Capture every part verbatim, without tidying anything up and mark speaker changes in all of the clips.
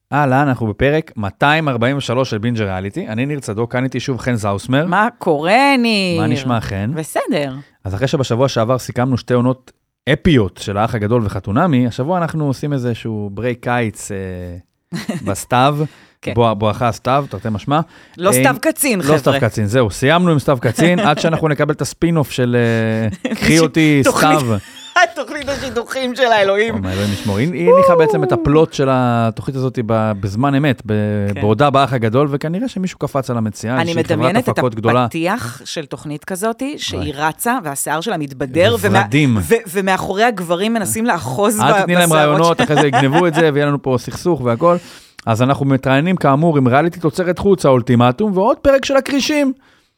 Speaker 1: אהלן, אנחנו בפרק מאתיים ארבעים ושלוש של בינג' ריאליטי. אני ניר צדוק, כאן איתי שוב חן זאוסמר.
Speaker 2: מה קורה, ניר?
Speaker 1: מה נשמע, חן?
Speaker 2: בסדר.
Speaker 1: אז אחרי שבשבוע שעבר סיכמנו שתי עונות אפיות של האח הגדול וחתונמי, השבוע אנחנו עושים איזשהו ברייק קיץ אה, בסתיו,
Speaker 2: כן.
Speaker 1: בוא, בואכה סתיו, תרתי משמע.
Speaker 2: לא סתיו קצין, חבר'ה.
Speaker 1: לא סתיו קצין, זהו, סיימנו עם סתיו קצין, עד שאנחנו נקבל את הספין-אוף של אה, קחי אותי סתיו.
Speaker 2: תוכנית השידוכים של האלוהים.
Speaker 1: אלוהים ישמור. היא הניחה בעצם את הפלוט של התוכנית הזאת בזמן אמת, בעודה באח הגדול, וכנראה שמישהו קפץ על המציאה.
Speaker 2: אני מדמיינת את הפתיח של תוכנית כזאת, שהיא רצה, והשיער שלה מתבדר, ומאחורי הגברים מנסים לאחוז
Speaker 1: אל תתני להם רעיונות, אחרי זה יגנבו את זה, ויהיה לנו פה סכסוך והכל. אז אנחנו מתראיינים כאמור עם ריאליטי תוצרת חוץ, האולטימטום, ועוד פרק של הקרישים.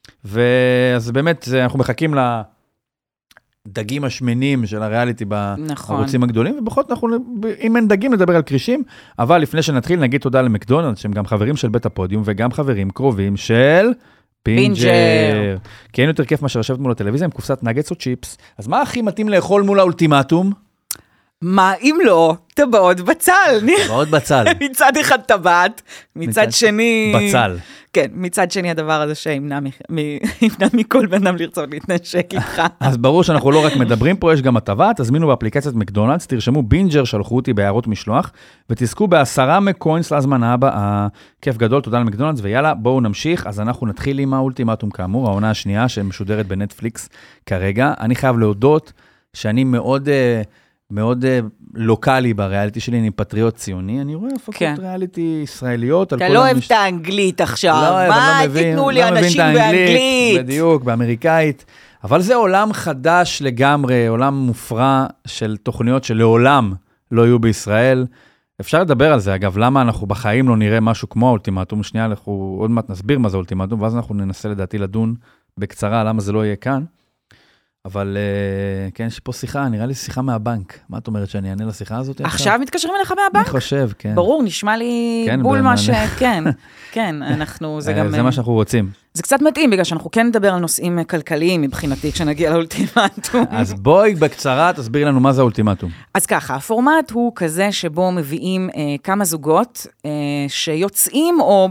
Speaker 1: ואז באמת אנחנו מחכים ל... דגים השמנים של הריאליטי בערוצים הגדולים, ובכל זאת אנחנו, אם אין דגים, נדבר על קרישים, אבל לפני שנתחיל, נגיד תודה למקדונלדס, שהם גם חברים של בית הפודיום, וגם חברים קרובים של פינג'ר. כי אין יותר כיף מה שרשבת מול הטלוויזיה, עם קופסת נגטס או צ'יפס. אז מה הכי מתאים לאכול מול האולטימטום?
Speaker 2: מה אם לא? טבעות בצל.
Speaker 1: טבעות בצל.
Speaker 2: מצד אחד טבעת, מצד שני...
Speaker 1: בצל.
Speaker 2: כן, מצד שני הדבר הזה שימנע מכל בן אדם לרצות להתנשק איתך.
Speaker 1: אז ברור שאנחנו לא רק מדברים פה, יש גם הטבה, תזמינו באפליקציית מקדונלדס, תרשמו בינג'ר, שלחו אותי בהערות משלוח, ותזכו בעשרה מקוינס להזמנה הבאה. כיף גדול, תודה למקדונלדס, ויאללה, בואו נמשיך. אז אנחנו נתחיל עם האולטימטום כאמור, העונה השנייה שמשודרת בנטפליקס כרגע. אני חייב להודות שאני מאוד... מאוד לוקלי בריאליטי שלי, אני פטריוט ציוני, אני רואה הפקות ריאליטי ישראליות.
Speaker 2: אתה לא אוהב את האנגלית עכשיו, מה תיתנו לי אנשים באנגלית?
Speaker 1: בדיוק, באמריקאית, אבל זה עולם חדש לגמרי, עולם מופרע של תוכניות שלעולם לא יהיו בישראל. אפשר לדבר על זה, אגב, למה אנחנו בחיים לא נראה משהו כמו האולטימטום, שנייה, אנחנו עוד מעט נסביר מה זה אולטימטום, ואז אנחנו ננסה לדעתי לדון בקצרה למה זה לא יהיה כאן. אבל כן, יש פה שיחה, נראה לי שיחה מהבנק. מה את אומרת שאני אענה לשיחה הזאת?
Speaker 2: עכשיו מתקשרים אליך מהבנק?
Speaker 1: אני חושב, כן.
Speaker 2: ברור, נשמע לי בול מה ש... כן, כן, אנחנו, זה גם...
Speaker 1: זה מה שאנחנו רוצים.
Speaker 2: זה קצת מתאים, בגלל שאנחנו כן נדבר על נושאים כלכליים מבחינתי, כשנגיע לאולטימטום.
Speaker 1: אז בואי בקצרה, תסביר לנו מה זה האולטימטום.
Speaker 2: אז ככה, הפורמט הוא כזה שבו מביאים כמה זוגות שיוצאים, או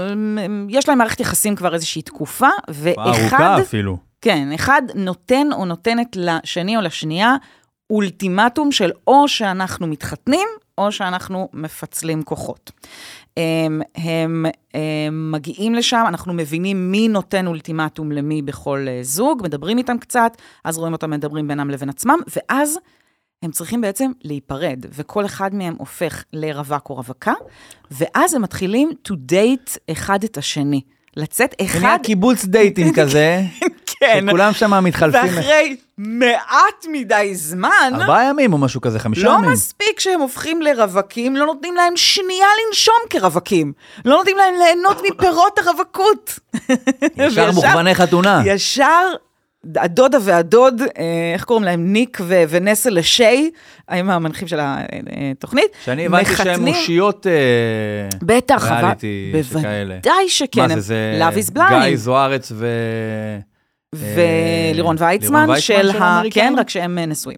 Speaker 2: יש להם מערכת יחסים כבר איזושהי תקופה, ואחד...
Speaker 1: ארוכה אפילו.
Speaker 2: כן, אחד נותן או נותנת לשני או לשנייה אולטימטום של או שאנחנו מתחתנים, או שאנחנו מפצלים כוחות. הם, הם, הם מגיעים לשם, אנחנו מבינים מי נותן אולטימטום למי בכל זוג, מדברים איתם קצת, אז רואים אותם מדברים בינם לבין עצמם, ואז הם צריכים בעצם להיפרד, וכל אחד מהם הופך לרווק או רווקה, ואז הם מתחילים to date אחד את השני. לצאת אחד...
Speaker 1: היה קיבוץ דייטים כזה,
Speaker 2: כן.
Speaker 1: שכולם שם מתחלפים.
Speaker 2: ואחרי מעט מדי זמן...
Speaker 1: ארבעה ימים או משהו כזה, חמישה
Speaker 2: לא
Speaker 1: ימים.
Speaker 2: לא מספיק שהם הופכים לרווקים, לא נותנים להם שנייה לנשום כרווקים. לא נותנים להם ליהנות מפירות הרווקות.
Speaker 1: ישר מוכווני חתונה.
Speaker 2: ישר... הדודה והדוד, איך קוראים להם? ניק ו- ונסל לשי, הם המנחים של התוכנית.
Speaker 1: שאני הבנתי שהם אושיות
Speaker 2: בטח,
Speaker 1: ריאליטי שכאלה.
Speaker 2: בוודאי שכן.
Speaker 1: מה זה, זה
Speaker 2: לאביס בליינד.
Speaker 1: גיא זוארץ ו...
Speaker 2: ולירון ויצמן, של ה... כן, רק שהם נשואים.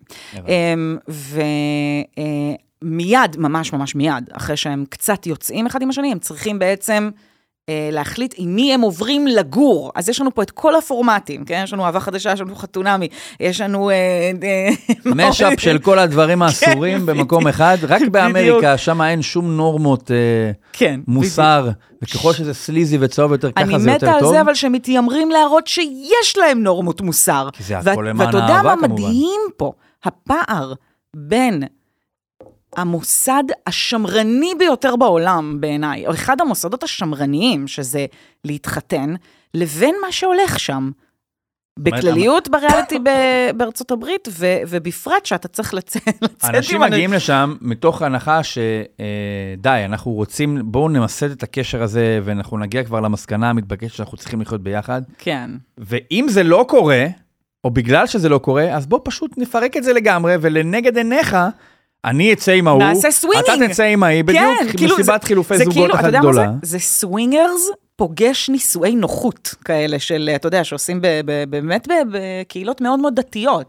Speaker 2: ומיד, ממש ממש מיד, אחרי שהם קצת יוצאים אחד עם השני, הם צריכים בעצם... להחליט עם מי הם עוברים לגור. אז יש לנו פה את כל הפורמטים, כן? יש לנו אהבה חדשה, יש לנו חתונמי, יש לנו...
Speaker 1: משאפ של כל הדברים האסורים במקום אחד, רק באמריקה, שם אין שום נורמות מוסר, וככל שזה סליזי וצהוב יותר, ככה זה יותר טוב.
Speaker 2: אני מתה על זה, אבל שמתיימרים להראות שיש להם נורמות מוסר.
Speaker 1: כי זה הכל למען
Speaker 2: ואתה יודע
Speaker 1: האהבה,
Speaker 2: מה
Speaker 1: כמובן.
Speaker 2: מדהים פה? הפער בין... המוסד השמרני ביותר בעולם בעיניי, או אחד המוסדות השמרניים, שזה להתחתן, לבין מה שהולך שם. בכלליות בריאליטי בארצות הברית, ובפרט שאתה צריך לצאת.
Speaker 1: אנשים מגיעים לשם מתוך הנחה שדי, אנחנו רוצים, בואו נמסד את הקשר הזה, ואנחנו נגיע כבר למסקנה המתבקשת שאנחנו צריכים לחיות ביחד.
Speaker 2: כן.
Speaker 1: ואם זה לא קורה, או בגלל שזה לא קורה, אז בואו פשוט נפרק את זה לגמרי, ולנגד עיניך, אני אצא עם ההוא,
Speaker 2: נעשה סווינגינג.
Speaker 1: אתה תצא עם ההיא, בדיוק, מסיבת חילופי זוגות אחת גדולה.
Speaker 2: זה סווינגרס פוגש נישואי נוחות כאלה של, אתה יודע, שעושים באמת בקהילות מאוד מאוד דתיות.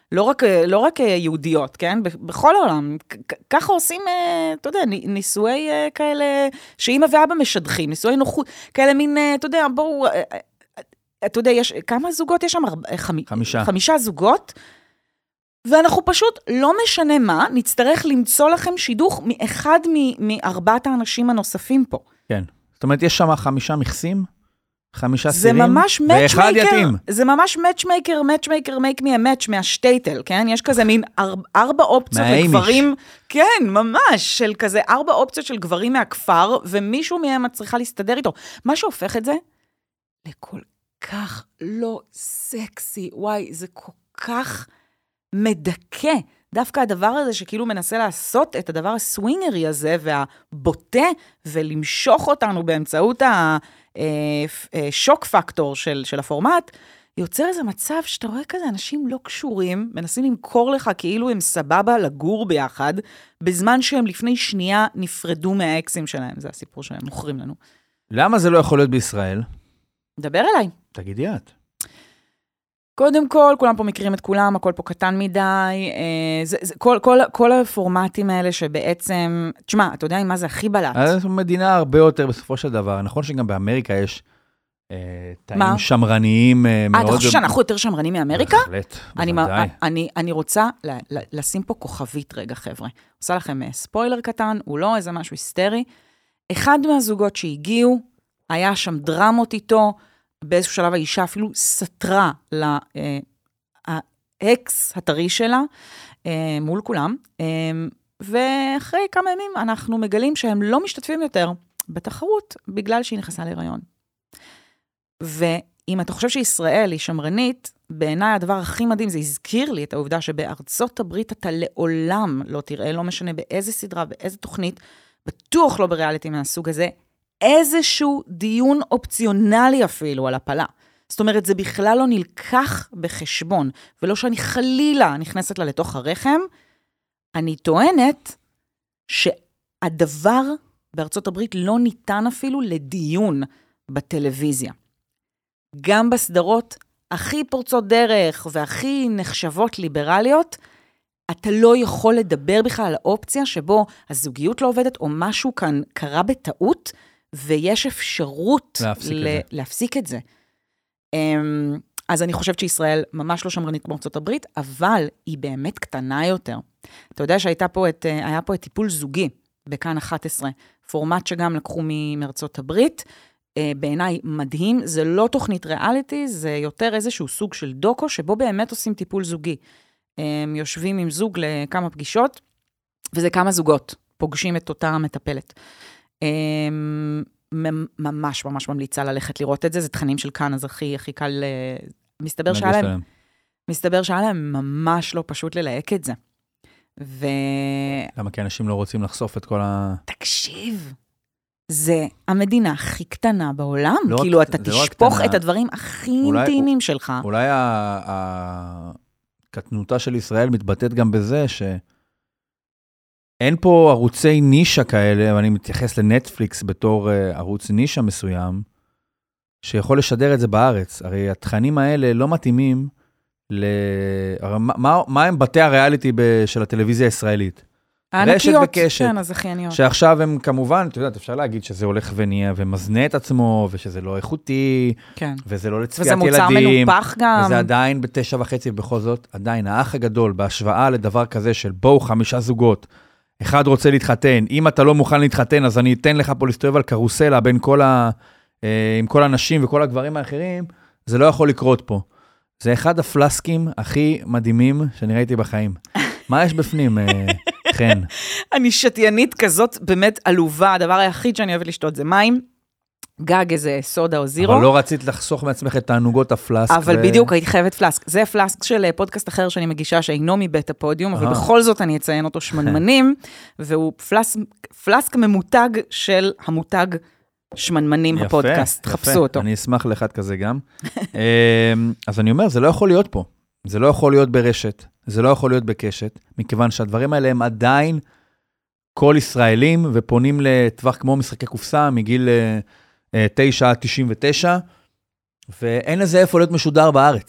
Speaker 2: לא רק, לא רק יהודיות, כן? בכל העולם. ככה עושים, אתה יודע, נישואי כאלה, שאמא ואבא משדכים, נישואי נוחות, כאלה מין, אתה יודע, בואו, אתה יודע, יש, כמה זוגות יש שם?
Speaker 1: חמישה.
Speaker 2: חמישה זוגות, ואנחנו פשוט, לא משנה מה, נצטרך למצוא לכם שידוך מאחד מארבעת האנשים הנוספים פה.
Speaker 1: כן. זאת אומרת, יש שם חמישה מכסים, חמישה
Speaker 2: זה
Speaker 1: סירים,
Speaker 2: ממש
Speaker 1: ואחד יתאים.
Speaker 2: זה ממש matchmaker, matchmaker, make me a match מהשטייטל, כן? יש כזה מין ארבע, ארבע אופציות לגברים, כן, ממש, של כזה ארבע אופציות של גברים מהכפר, ומישהו מהם צריכה להסתדר איתו. מה שהופך את זה, לכל כך לא סקסי, וואי, זה כל כך מדכא. דווקא הדבר הזה שכאילו מנסה לעשות את הדבר הסווינגרי הזה, והבוטה, ולמשוך אותנו באמצעות השוק פקטור של, של הפורמט, יוצר איזה מצב שאתה רואה כזה אנשים לא קשורים, מנסים למכור לך כאילו הם סבבה לגור ביחד, בזמן שהם לפני שנייה נפרדו מהאקסים שלהם. זה הסיפור שהם מוכרים לנו.
Speaker 1: למה זה לא יכול להיות בישראל?
Speaker 2: דבר אליי.
Speaker 1: תגידי את.
Speaker 2: קודם כל, כולם פה מכירים את כולם, הכל פה קטן מדי, אה, זה, זה, כל, כל, כל הפורמטים האלה שבעצם, תשמע, אתה יודע מה זה הכי בלט?
Speaker 1: זו מדינה הרבה יותר בסופו של דבר, נכון שגם באמריקה יש אה, תאים מה? שמרניים אה, מאוד...
Speaker 2: אה, אתה חושב שאנחנו יותר שמרנים מאמריקה?
Speaker 1: בהחלט,
Speaker 2: אני,
Speaker 1: בוודאי.
Speaker 2: אני, אני רוצה ל, ל, לשים פה כוכבית רגע, חבר'ה. עושה לכם ספוילר קטן, הוא לא איזה משהו היסטרי. אחד מהזוגות שהגיעו, היה שם דרמות איתו, באיזשהו שלב האישה אפילו סתרה לאקס הטרי שלה, מול כולם, ואחרי כמה ימים אנחנו מגלים שהם לא משתתפים יותר בתחרות, בגלל שהיא נכנסה להיריון. ואם אתה חושב שישראל היא שמרנית, בעיניי הדבר הכי מדהים, זה הזכיר לי את העובדה שבארצות הברית אתה לעולם לא תראה, לא משנה באיזה סדרה, באיזה תוכנית, בטוח לא בריאליטי מהסוג הזה, איזשהו דיון אופציונלי אפילו על הפלה. זאת אומרת, זה בכלל לא נלקח בחשבון, ולא שאני חלילה נכנסת לה לתוך הרחם, אני טוענת שהדבר בארצות הברית לא ניתן אפילו לדיון בטלוויזיה. גם בסדרות הכי פורצות דרך והכי נחשבות ליברליות, אתה לא יכול לדבר בכלל על האופציה שבו הזוגיות לא עובדת, או משהו כאן קרה בטעות, ויש אפשרות
Speaker 1: להפסיק,
Speaker 2: ל-
Speaker 1: את, זה.
Speaker 2: להפסיק את זה. אז אני חושבת שישראל ממש לא שמרנית כמו ארצות הברית, אבל היא באמת קטנה יותר. אתה יודע שהייתה פה את, היה פה את טיפול זוגי, בכאן אחת עשרה, פורמט שגם לקחו מארצות הברית, בעיניי מדהים, זה לא תוכנית ריאליטי, זה יותר איזשהו סוג של דוקו, שבו באמת עושים טיפול זוגי. הם יושבים עם זוג לכמה פגישות, וזה כמה זוגות, פוגשים את אותה מטפלת. ממש ממש ממליצה ללכת לראות את זה, זה תכנים של כאן, אז הכי, הכי קל, מסתבר שהיה להם, מסתבר שהיה להם ממש לא פשוט ללהק את זה. ו...
Speaker 1: למה? כי אנשים לא רוצים לחשוף את כל ה...
Speaker 2: תקשיב, זה המדינה הכי קטנה בעולם, לא כאילו רק, אתה תשפוך לא את הדברים הכי אולי, אינטימיים שלך.
Speaker 1: אולי הקטנותה של ישראל מתבטאת גם בזה ש... אין פה ערוצי נישה כאלה, ואני מתייחס לנטפליקס בתור uh, ערוץ נישה מסוים, שיכול לשדר את זה בארץ. הרי התכנים האלה לא מתאימים ל... הרי מה, מה, מה הם בתי הריאליטי ב... של הטלוויזיה הישראלית?
Speaker 2: הענקיות, רשת וקשת, כן, אז הכייניות.
Speaker 1: שעכשיו הם כמובן, אתה יודעת, אפשר להגיד שזה הולך ונהיה ומזנה את עצמו, ושזה לא איכותי,
Speaker 2: כן.
Speaker 1: וזה לא לצפיית ילדים. וזה
Speaker 2: מוצר מנופח גם.
Speaker 1: וזה עדיין בתשע וחצי, ובכל זאת, עדיין האח הגדול, בהשוואה לדבר כזה של בואו חמישה זוגות, אחד רוצה להתחתן, אם אתה לא מוכן להתחתן, אז אני אתן לך פה להסתובב על קרוסלה בין כל ה... עם כל הנשים וכל הגברים האחרים, זה לא יכול לקרות פה. זה אחד הפלסקים הכי מדהימים שאני ראיתי בחיים. מה יש בפנים, חן?
Speaker 2: אני שתיינית כזאת באמת עלובה, הדבר היחיד שאני אוהבת לשתות זה מים, גג איזה סודה או זירו.
Speaker 1: אבל לא רצית לחסוך מעצמך את תענוגות הפלסק.
Speaker 2: אבל ו... בדיוק, הייתי חייבת פלסק. זה פלסק של פודקאסט אחר שאני מגישה, שאינו מבית הפודיום, אבל בכל זאת אני אציין אותו שמנמנים, והוא פלסק, פלסק ממותג של המותג שמנמנים
Speaker 1: יפה,
Speaker 2: הפודקאסט.
Speaker 1: יפה.
Speaker 2: חפשו אותו.
Speaker 1: אני אשמח לאחד כזה גם. אז אני אומר, זה לא יכול להיות פה. זה לא יכול להיות ברשת. זה לא יכול להיות בקשת, מכיוון שהדברים האלה הם עדיין כל ישראלים, ופונים לטווח כמו משחקי קופסה, מגיל תשע עד תשעים ותשע, ואין לזה איפה להיות משודר בארץ.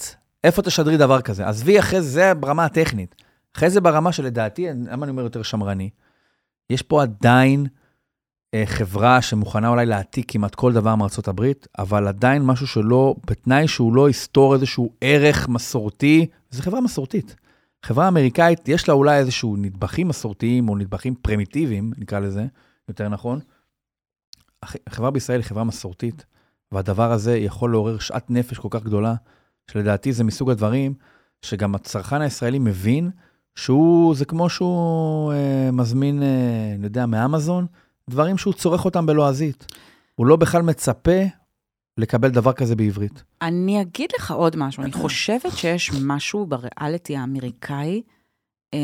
Speaker 1: איפה תשדרי דבר כזה? עזבי אחרי זה, זה ברמה הטכנית. אחרי זה ברמה שלדעתי, למה אני אומר יותר שמרני? יש פה עדיין אה, חברה שמוכנה אולי להעתיק כמעט כל דבר מארצות הברית, אבל עדיין משהו שלא, בתנאי שהוא לא יסתור איזשהו ערך מסורתי, זה חברה מסורתית. חברה אמריקאית, יש לה אולי איזשהו נדבכים מסורתיים, או נדבכים פרימיטיביים, נקרא לזה, יותר נכון. החברה בישראל היא חברה מסורתית, והדבר הזה יכול לעורר שעת נפש כל כך גדולה, שלדעתי זה מסוג הדברים, שגם הצרכן הישראלי מבין, שהוא, זה כמו שהוא אה, מזמין, אה, אני יודע, מאמזון, דברים שהוא צורך אותם בלועזית. הוא לא בכלל מצפה לקבל דבר כזה בעברית.
Speaker 2: אני אגיד לך עוד משהו, אני חושבת שיש משהו בריאליטי האמריקאי, אה,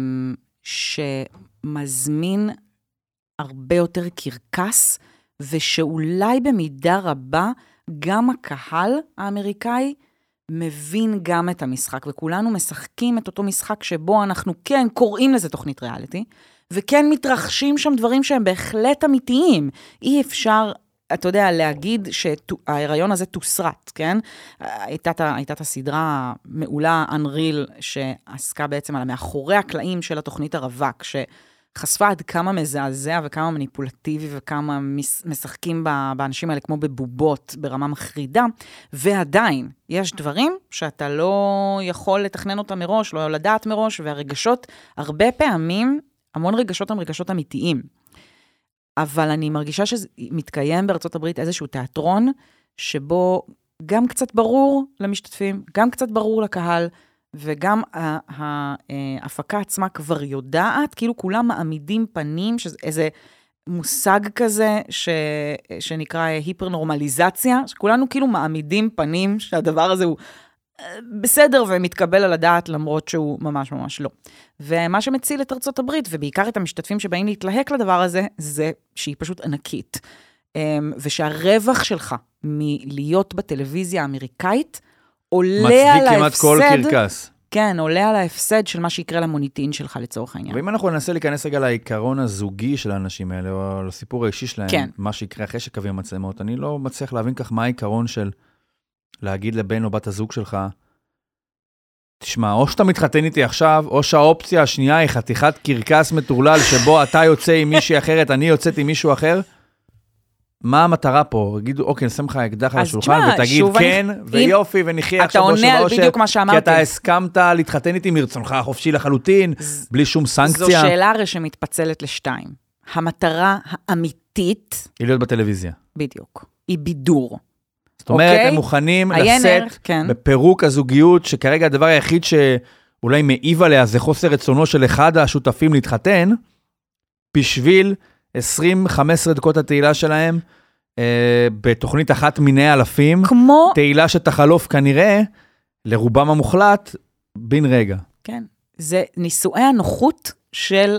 Speaker 2: שמזמין הרבה יותר קרקס, ושאולי במידה רבה, גם הקהל האמריקאי, מבין גם את המשחק, וכולנו משחקים את אותו משחק שבו אנחנו כן קוראים לזה תוכנית ריאליטי, וכן מתרחשים שם דברים שהם בהחלט אמיתיים. אי אפשר, אתה יודע, להגיד שההיריון הזה תוסרט, כן? הייתה, הייתה את הסדרה מעולה, Unreal, שעסקה בעצם על מאחורי הקלעים של התוכנית הרווק, ש... חשפה עד כמה מזעזע וכמה מניפולטיבי וכמה משחקים באנשים האלה כמו בבובות ברמה מחרידה, ועדיין יש דברים שאתה לא יכול לתכנן אותם מראש, לא לדעת מראש, והרגשות, הרבה פעמים, המון רגשות הם רגשות אמיתיים. אבל אני מרגישה שמתקיים בארצות הברית איזשהו תיאטרון, שבו גם קצת ברור למשתתפים, גם קצת ברור לקהל, וגם ההפקה עצמה כבר יודעת, כאילו כולם מעמידים פנים, איזה מושג כזה ש, שנקרא היפר-נורמליזציה, שכולנו כאילו מעמידים פנים שהדבר הזה הוא בסדר ומתקבל על הדעת, למרות שהוא ממש ממש לא. ומה שמציל את ארצות הברית, ובעיקר את המשתתפים שבאים להתלהק לדבר הזה, זה שהיא פשוט ענקית. ושהרווח שלך מלהיות בטלוויזיה האמריקאית, עולה על ההפסד,
Speaker 1: מצדיק כמעט כל קרקס.
Speaker 2: כן, עולה על ההפסד של מה שיקרה למוניטין שלך לצורך העניין.
Speaker 1: ואם אנחנו ננסה להיכנס רגע לעיקרון הזוגי של האנשים האלה, או לסיפור האישי שלהם, כן. מה שיקרה אחרי שקווים מצלמות, אני לא מצליח להבין כך מה העיקרון של להגיד לבן או בת הזוג שלך, תשמע, או שאתה מתחתן איתי עכשיו, או שהאופציה השנייה היא חתיכת קרקס מטורלל, שבו אתה יוצא עם מישהי אחרת, אני יוצאת עם מישהו אחר, מה המטרה פה? תגידו, אוקיי, נשים לך אקדח על השולחן, ותגיד כן, ויופי, ונחיה עכשיו בו שבו
Speaker 2: אתה עונה בדיוק מה שאמרתי.
Speaker 1: כי אתה הסכמת להתחתן איתי מרצונך חופשי לחלוטין, בלי שום סנקציה.
Speaker 2: זו שאלה הרי שמתפצלת לשתיים. המטרה האמיתית...
Speaker 1: היא להיות בטלוויזיה.
Speaker 2: בדיוק. היא בידור.
Speaker 1: זאת אומרת, הם מוכנים לשאת בפירוק הזוגיות, שכרגע הדבר היחיד שאולי מעיב עליה, זה חוסר רצונו של אחד השותפים להתחתן, בשביל... עשרים חמש עשרה דקות התהילה שלהם, אה, בתוכנית אחת מיני אלפים,
Speaker 2: כמו...
Speaker 1: תהילה שתחלוף כנראה, לרובם המוחלט, בין רגע.
Speaker 2: כן, זה נישואי הנוחות של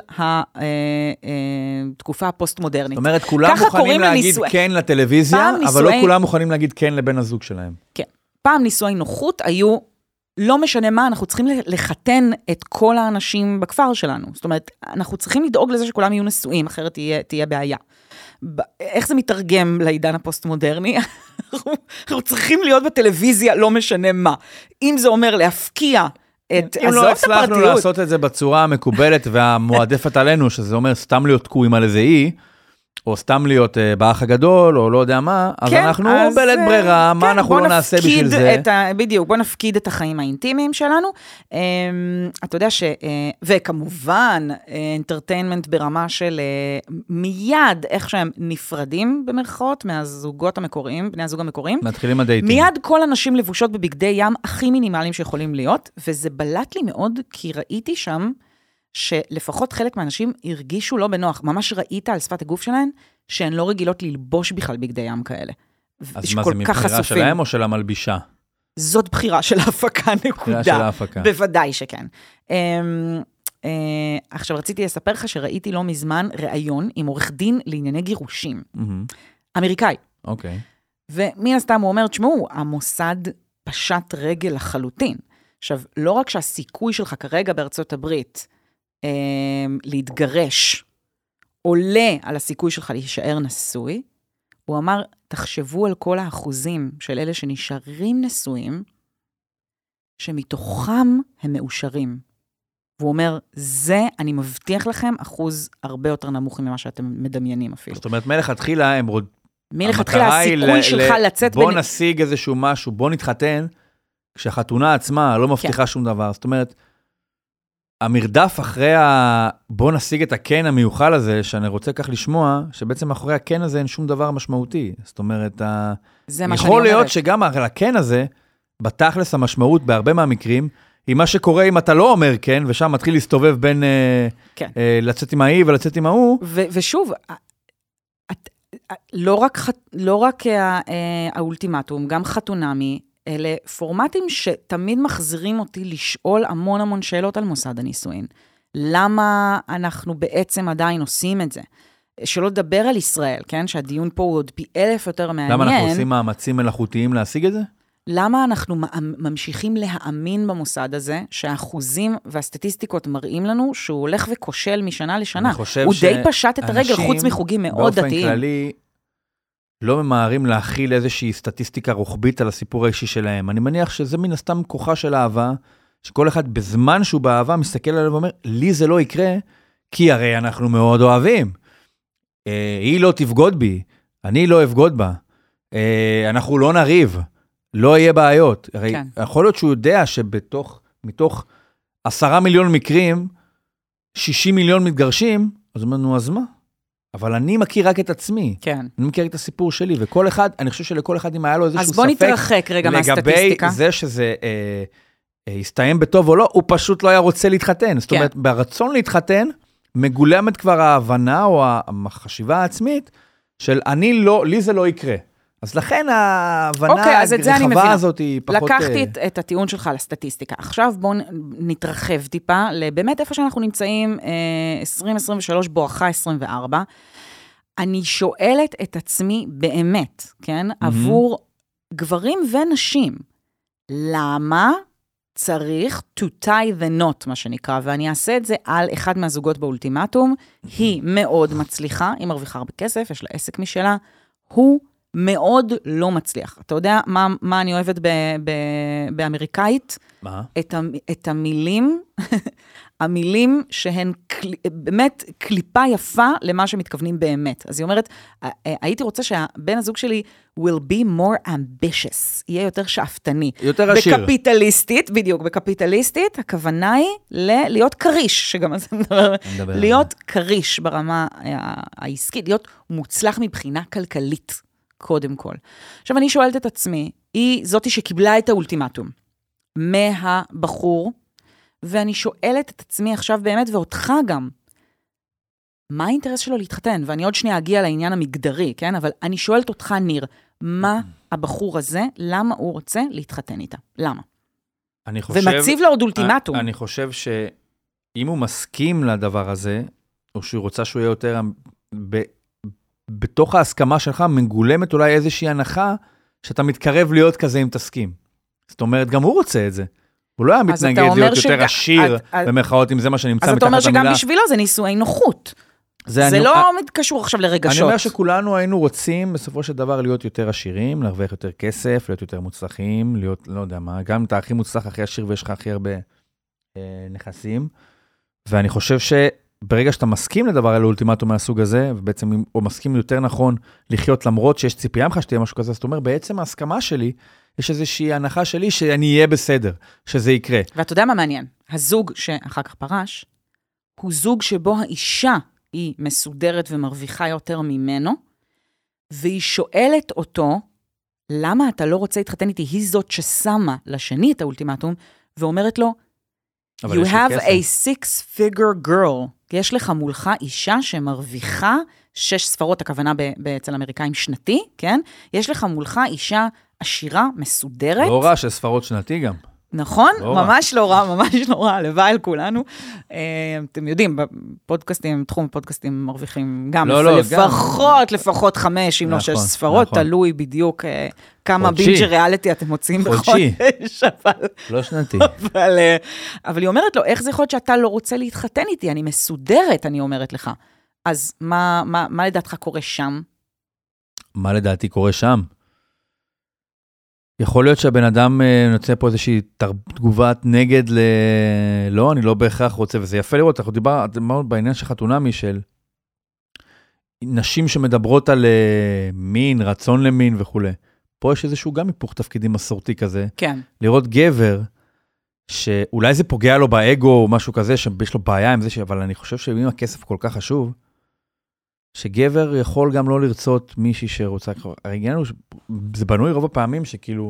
Speaker 2: התקופה הפוסט-מודרנית.
Speaker 1: זאת אומרת, כולם מוכנים להגיד לנישואי... כן לטלוויזיה, אבל נישואי... לא כולם מוכנים להגיד כן לבן הזוג שלהם.
Speaker 2: כן, פעם נישואי נוחות היו... לא משנה מה, אנחנו צריכים לחתן את כל האנשים בכפר שלנו. זאת אומרת, אנחנו צריכים לדאוג לזה שכולם יהיו נשואים, אחרת תהיה, תהיה בעיה. איך זה מתרגם לעידן הפוסט-מודרני? אנחנו צריכים להיות בטלוויזיה, לא משנה מה. אם זה אומר להפקיע את...
Speaker 1: אם לא הצלחנו לעשות את זה בצורה המקובלת והמועדפת עלינו, שזה אומר סתם להיות תקועים על איזה אי, או סתם להיות uh, באח הגדול, או לא יודע מה, אז כן, אנחנו אז, בלית ברירה, כן, מה אנחנו לא נעשה בשביל זה?
Speaker 2: ה, בדיוק, בוא נפקיד את החיים האינטימיים שלנו. Um, אתה יודע ש... Uh, וכמובן, אנטרטיינמנט ברמה של uh, מיד, איך שהם נפרדים במרכאות, מהזוגות המקוריים, בני הזוג המקוריים.
Speaker 1: מתחילים הדייטים.
Speaker 2: מיד כל הנשים לבושות בבגדי ים הכי מינימליים שיכולים להיות, וזה בלט לי מאוד, כי ראיתי שם, שלפחות חלק מהאנשים הרגישו לא בנוח. ממש ראית על שפת הגוף שלהן, שהן לא רגילות ללבוש בכלל בגדי ים כאלה.
Speaker 1: אז מה זה, מבחירה שלהם או של המלבישה?
Speaker 2: זאת בחירה של ההפקה, נקודה.
Speaker 1: בחירה של ההפקה.
Speaker 2: בוודאי שכן. עכשיו, רציתי לספר לך שראיתי לא מזמן ראיון עם עורך דין לענייני גירושים. אמריקאי.
Speaker 1: אוקיי.
Speaker 2: ומן הסתם הוא אומר, תשמעו, המוסד פשט רגל לחלוטין. עכשיו, לא רק שהסיכוי שלך כרגע בארצות הברית, להתגרש, עולה על הסיכוי שלך להישאר נשוי, הוא אמר, תחשבו על כל האחוזים של אלה שנשארים נשואים, שמתוכם הם מאושרים. והוא אומר, זה, אני מבטיח לכם, אחוז הרבה יותר נמוך ממה שאתם מדמיינים אפילו.
Speaker 1: זאת אומרת, מלכתחילה הם עוד...
Speaker 2: מלכתחילה הסיכוי שלך לצאת...
Speaker 1: בוא נשיג איזשהו משהו, בוא נתחתן, כשהחתונה עצמה לא מבטיחה שום דבר. זאת אומרת, המרדף אחרי ה... בוא נשיג את הכן המיוחל הזה, שאני רוצה כך לשמוע, שבעצם אחרי הכן הזה אין שום דבר משמעותי. זאת אומרת, ה... יכול להיות שגם על הכן הזה, בתכלס המשמעות בהרבה מהמקרים, היא מה שקורה אם אתה לא אומר כן, ושם מתחיל להסתובב בין כן. אה, לצאת עם ההיא ולצאת עם ההוא.
Speaker 2: ו- ושוב, את, לא רק, לא רק הא, האולטימטום, גם חתונמי, אלה פורמטים שתמיד מחזירים אותי לשאול המון המון שאלות על מוסד הנישואין. למה אנחנו בעצם עדיין עושים את זה? שלא לדבר על ישראל, כן? שהדיון פה הוא עוד פי אלף יותר מעניין.
Speaker 1: למה אנחנו עושים מאמצים מלאכותיים להשיג את זה?
Speaker 2: למה אנחנו ממשיכים להאמין במוסד הזה, שהאחוזים והסטטיסטיקות מראים לנו שהוא הולך וכושל משנה לשנה? הוא די פשט את הרגל חוץ מחוגים מאוד דתיים.
Speaker 1: באופן כללי לא ממהרים להכיל איזושהי סטטיסטיקה רוחבית על הסיפור האישי שלהם. אני מניח שזה מן הסתם כוחה של אהבה, שכל אחד בזמן שהוא באהבה מסתכל עליו ואומר, לי זה לא יקרה, כי הרי אנחנו מאוד אוהבים. אה, היא לא תבגוד בי, אני לא אבגוד בה. אה, אנחנו לא נריב. לא יהיה בעיות. הרי כן. יכול להיות שהוא יודע שבתוך, מתוך עשרה מיליון מקרים, שישים מיליון מתגרשים, אז אמרנו, אז מה? אבל אני מכיר רק את עצמי.
Speaker 2: כן.
Speaker 1: אני מכיר את הסיפור שלי, וכל אחד, אני חושב שלכל אחד אם היה לו איזשהו ספק,
Speaker 2: אז בוא נתרחק רגע מהסטטיסטיקה.
Speaker 1: לגבי זה שזה אה, אה, יסתיים בטוב או לא, הוא פשוט לא היה רוצה להתחתן. זאת אומרת, כן. ברצון להתחתן, מגולמת כבר ההבנה או החשיבה העצמית, של אני לא, לי זה לא יקרה. אז לכן ההבנה הרחבה הזאת היא פחות...
Speaker 2: לקחתי את, את הטיעון שלך לסטטיסטיקה. עכשיו בואו נתרחב טיפה, לבאמת איפה שאנחנו נמצאים, עשרים עשרים ושלוש בואכה עשרים וארבע, אני שואלת את עצמי באמת, כן, mm-hmm. עבור גברים ונשים, למה צריך to tie the knot, מה שנקרא, ואני אעשה את זה על אחד מהזוגות באולטימטום, היא מאוד מצליחה, היא מרוויחה הרבה כסף, יש לה עסק משלה, הוא מאוד לא מצליח. אתה יודע מה, מה אני אוהבת ב, ב, באמריקאית?
Speaker 1: מה?
Speaker 2: את, את המילים, המילים שהן קל, באמת קליפה יפה למה שמתכוונים באמת. אז היא אומרת, הייתי רוצה שהבן הזוג שלי will be more ambitious, יהיה יותר שאפתני.
Speaker 1: יותר עשיר.
Speaker 2: בקפיטליסטית, בדיוק, בקפיטליסטית, הכוונה היא ל- להיות קריש, שגם זה מדבר, להיות קריש ברמה העסקית, להיות מוצלח מבחינה כלכלית. קודם כל. עכשיו, אני שואלת את עצמי, היא זאתי שקיבלה את האולטימטום מהבחור, ואני שואלת את עצמי עכשיו באמת, ואותך גם, מה האינטרס שלו להתחתן? ואני עוד שנייה אגיע לעניין המגדרי, כן? אבל אני שואלת אותך, ניר, מה הבחור הזה, למה הוא רוצה להתחתן איתה? למה?
Speaker 1: אני חושב...
Speaker 2: ומציב לו עוד אולטימטום.
Speaker 1: אני חושב שאם הוא מסכים לדבר הזה, או שהוא רוצה שהוא יהיה יותר... ב... בתוך ההסכמה שלך מגולמת אולי איזושהי הנחה, שאתה מתקרב להיות כזה אם תסכים. זאת אומרת, גם הוא רוצה את זה. הוא לא היה מתנגד להיות יותר עשיר, במרכאות, אם זה מה שנמצא מתחת המילה.
Speaker 2: אז אתה אומר שגם בשבילו זה נישואי נוחות. זה לא מתקשור עכשיו לרגשות.
Speaker 1: אני אומר שכולנו היינו רוצים, בסופו של דבר, להיות יותר עשירים, להרוויח יותר כסף, להיות יותר מוצלחים, להיות, לא יודע מה, גם אתה הכי מוצלח, הכי עשיר, ויש לך הכי הרבה נכסים. ואני חושב ש... ברגע שאתה מסכים לדבר על האולטימטום מהסוג הזה, ובעצם הוא מסכים יותר נכון לחיות למרות שיש ציפייה ממך שתהיה משהו כזה, זאת אומרת, בעצם ההסכמה שלי, יש איזושהי הנחה שלי שאני אהיה בסדר, שזה יקרה.
Speaker 2: ואתה יודע מה מעניין? הזוג שאחר כך פרש, הוא זוג שבו האישה היא מסודרת ומרוויחה יותר ממנו, והיא שואלת אותו, למה אתה לא רוצה להתחתן איתי? היא זאת ששמה לשני את האולטימטום, ואומרת לו, you have a six-figure girl. יש לך מולך אישה שמרוויחה שש ספרות, הכוונה אצל אמריקאים שנתי, כן? יש לך מולך אישה עשירה, מסודרת.
Speaker 1: לא רע שספרות שנתי גם.
Speaker 2: נכון? ממש לא רע, ממש לא רע, לבא אל כולנו. אתם יודעים, בפודקאסטים, תחום פודקאסטים מרוויחים גם לפחות, לפחות חמש, אם לא שש ספרות, תלוי בדיוק כמה בינג' ריאליטי אתם מוצאים בחודש.
Speaker 1: לא שנתי.
Speaker 2: אבל היא אומרת לו, איך זה יכול להיות שאתה לא רוצה להתחתן איתי? אני מסודרת, אני אומרת לך. אז מה לדעתך קורה שם?
Speaker 1: מה לדעתי קורה שם? יכול להיות שהבן אדם נוצא פה איזושהי תגובת נגד ל... לא, אני לא בהכרח רוצה, וזה יפה לראות, אנחנו דיברנו בעניין של חתונמי של נשים שמדברות על מין, רצון למין וכו'. פה יש איזשהו גם היפוך תפקידים מסורתי כזה.
Speaker 2: כן.
Speaker 1: לראות גבר, שאולי זה פוגע לו באגו או משהו כזה, שיש לו בעיה עם זה, ש... אבל אני חושב שאם הכסף כל כך חשוב, שגבר יכול גם לא לרצות מישהי שרוצה, העניין הוא, זה בנוי רוב הפעמים שכאילו,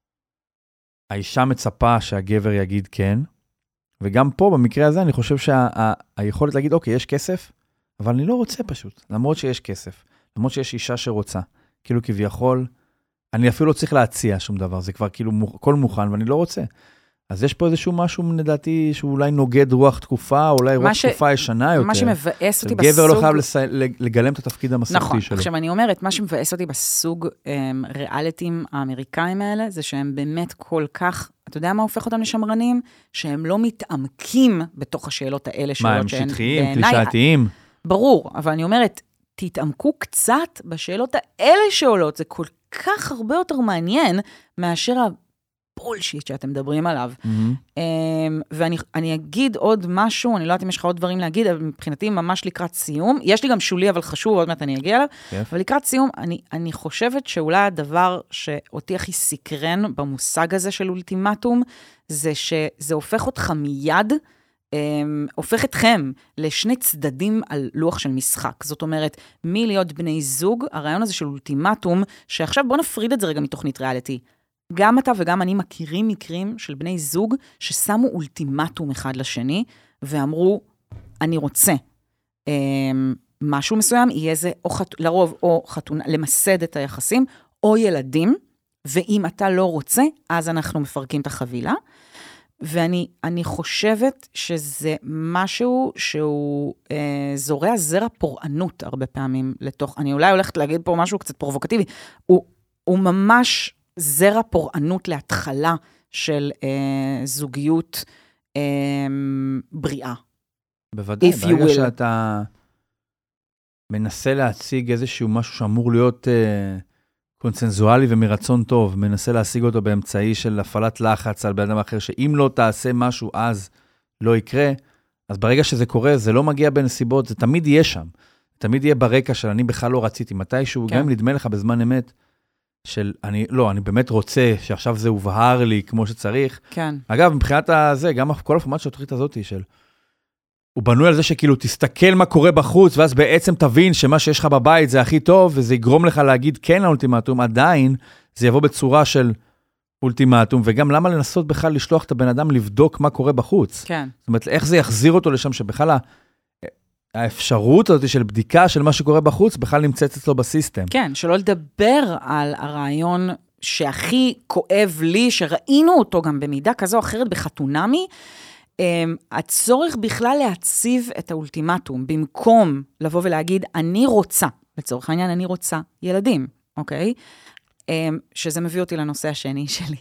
Speaker 1: האישה מצפה שהגבר יגיד כן, וגם פה במקרה הזה אני חושב שהיכולת להגיד, אוקיי, יש כסף, אבל אני לא רוצה פשוט, למרות שיש כסף, למרות שיש אישה שרוצה, כאילו כביכול, אני אפילו לא צריך להציע שום דבר, זה כבר כאילו כל מוכן ואני לא רוצה. אז יש פה איזשהו משהו, לדעתי, שאולי נוגד רוח תקופה, אולי רוח ש... תקופה ישנה יותר.
Speaker 2: מה שמבאס אותי בסוג...
Speaker 1: גבר לא חייב לס... לגלם את התפקיד המסורתי
Speaker 2: נכון.
Speaker 1: שלו.
Speaker 2: עכשיו, אני אומרת, מה שמבאס אותי בסוג um, ריאליטים האמריקאים האלה, זה שהם באמת כל כך, אתה יודע מה הופך אותם לשמרנים? שהם לא מתעמקים בתוך השאלות האלה.
Speaker 1: מה, הם שטחיים, קלישאתיים?
Speaker 2: ברור, אבל אני אומרת, תתעמקו קצת בשאלות האלה שעולות, זה כל כך הרבה יותר מעניין מאשר הבולשיט שאתם מדברים עליו. Mm-hmm. ואני אני אגיד עוד משהו, אני לא יודעת אם יש לך עוד דברים להגיד, אבל מבחינתי ממש לקראת סיום, יש לי גם שולי, אבל חשוב, עוד מעט אני אגיע אליו, yes. אבל לקראת סיום, אני, אני חושבת שאולי הדבר שאותי הכי סקרן במושג הזה של אולטימטום, זה שזה הופך אותך מיד, הופך אתכם לשני צדדים על לוח של משחק. זאת אומרת, מי להיות בני זוג, הרעיון הזה של אולטימטום, שעכשיו בוא נפריד את זה רגע מתוכנית ריאליטי. גם אתה וגם אני מכירים מקרים של בני זוג ששמו אולטימטום אחד לשני, ואמרו, אני רוצה משהו מסוים, יהיה זה או חת... לרוב או חתונה, למסד את היחסים, או ילדים, ואם אתה לא רוצה, אז אנחנו מפרקים את החבילה. ואני אני חושבת שזה משהו שהוא אה, זורע זרע פורענות הרבה פעמים לתוך, אני אולי הולכת להגיד פה משהו קצת פרובוקטיבי, הוא, הוא ממש זרע פורענות להתחלה של אה, זוגיות אה, בריאה.
Speaker 1: בוודאי, ברגע will. שאתה מנסה להציג איזשהו משהו שאמור להיות... אה... קונצנזואלי ומרצון טוב, מנסה להשיג אותו באמצעי של הפעלת לחץ על בן אדם אחר, שאם לא תעשה משהו אז לא יקרה, אז ברגע שזה קורה, זה לא מגיע בנסיבות, זה תמיד יהיה שם. תמיד יהיה ברקע של אני בכלל לא רציתי, מתישהו, כן. גם אם נדמה לך בזמן אמת, של אני, לא, אני באמת רוצה שעכשיו זה הובהר לי כמו שצריך.
Speaker 2: כן.
Speaker 1: אגב, מבחינת הזה, גם כל הפורמט של התוכנית הזאת של, הוא בנוי על זה שכאילו תסתכל מה קורה בחוץ, ואז בעצם תבין שמה שיש לך בבית זה הכי טוב, וזה יגרום לך להגיד כן לאולטימטום, עדיין זה יבוא בצורה של אולטימטום, וגם למה לנסות בכלל לשלוח את הבן אדם לבדוק מה קורה בחוץ?
Speaker 2: כן.
Speaker 1: זאת אומרת, איך זה יחזיר אותו לשם, שבכלל האפשרות הזאת של בדיקה של מה שקורה בחוץ, בכלל נמצאת אצלו בסיסטם.
Speaker 2: כן, שלא לדבר על הרעיון שהכי כואב לי, שראינו אותו גם במידה כזו או אחרת בחתונמי, הצורך בכלל להציב את האולטימטום, במקום לבוא ולהגיד, אני רוצה, לצורך העניין, אני רוצה ילדים, אוקיי? שזה מביא אותי לנושא השני שלי.